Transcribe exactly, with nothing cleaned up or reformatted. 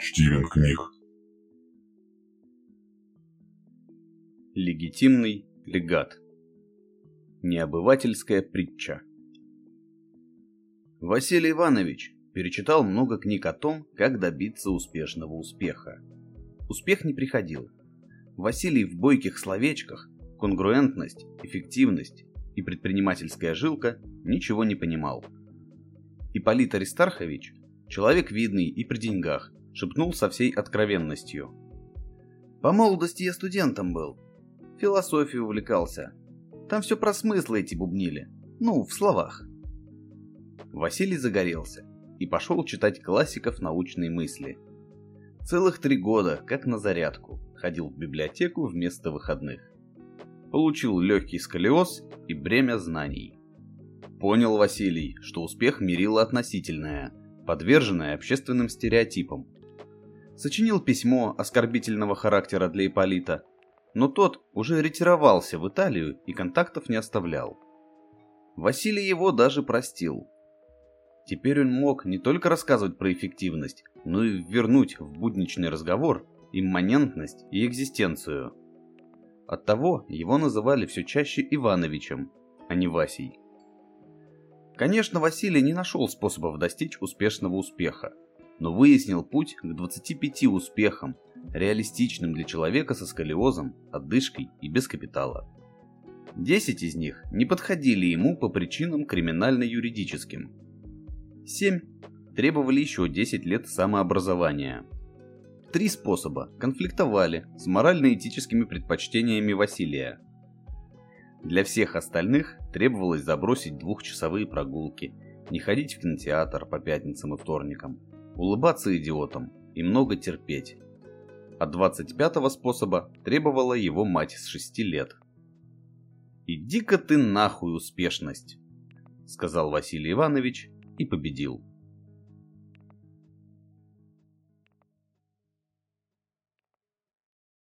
Штилинг книг. Легитимный легат. Необывательская притча. Василий Иванович перечитал много книг о том, как добиться успешного успеха. Успех не приходил. Василий в бойких словечках, конгруентность, эффективность и предпринимательская жилка ничего не понимал. Ипполит Аристархович, человек видный и при деньгах, шепнул со всей откровенностью: «По молодости я студентом был. Философией увлекался. Там все про смыслы эти бубнили. Ну, в словах». Василий загорелся и пошел читать классиков научной мысли. Целых три года, как на зарядку, ходил в библиотеку вместо выходных. Получил легкий сколиоз и бремя знаний. Понял Василий, что успех мерило относительное, подверженное общественным стереотипам. Сочинил письмо оскорбительного характера для Ипполита, но тот уже ретировался в Италию и контактов не оставлял. Василий его даже простил. Теперь он мог не только рассказывать про эффективность, но и вернуть в будничный разговор имманентность и экзистенцию. Оттого его называли все чаще Ивановичем, а не Васей. Конечно, Василий не нашел способов достичь успешного успеха, но выяснил путь к двадцати пяти успехам, реалистичным для человека со сколиозом, одышкой и без капитала. Десять из них не подходили ему по причинам криминально-юридическим. Семь требовали еще десять лет самообразования. Три способа конфликтовали с морально-этическими предпочтениями Василия. Для всех остальных требовалось забросить двухчасовые прогулки, не ходить в кинотеатр по пятницам и вторникам, улыбаться идиотам и много терпеть. От двадцать пятого способа требовала его мать с шести лет. «Иди-ка ты нахуй, успешность!» — сказал Василий Иванович и победил.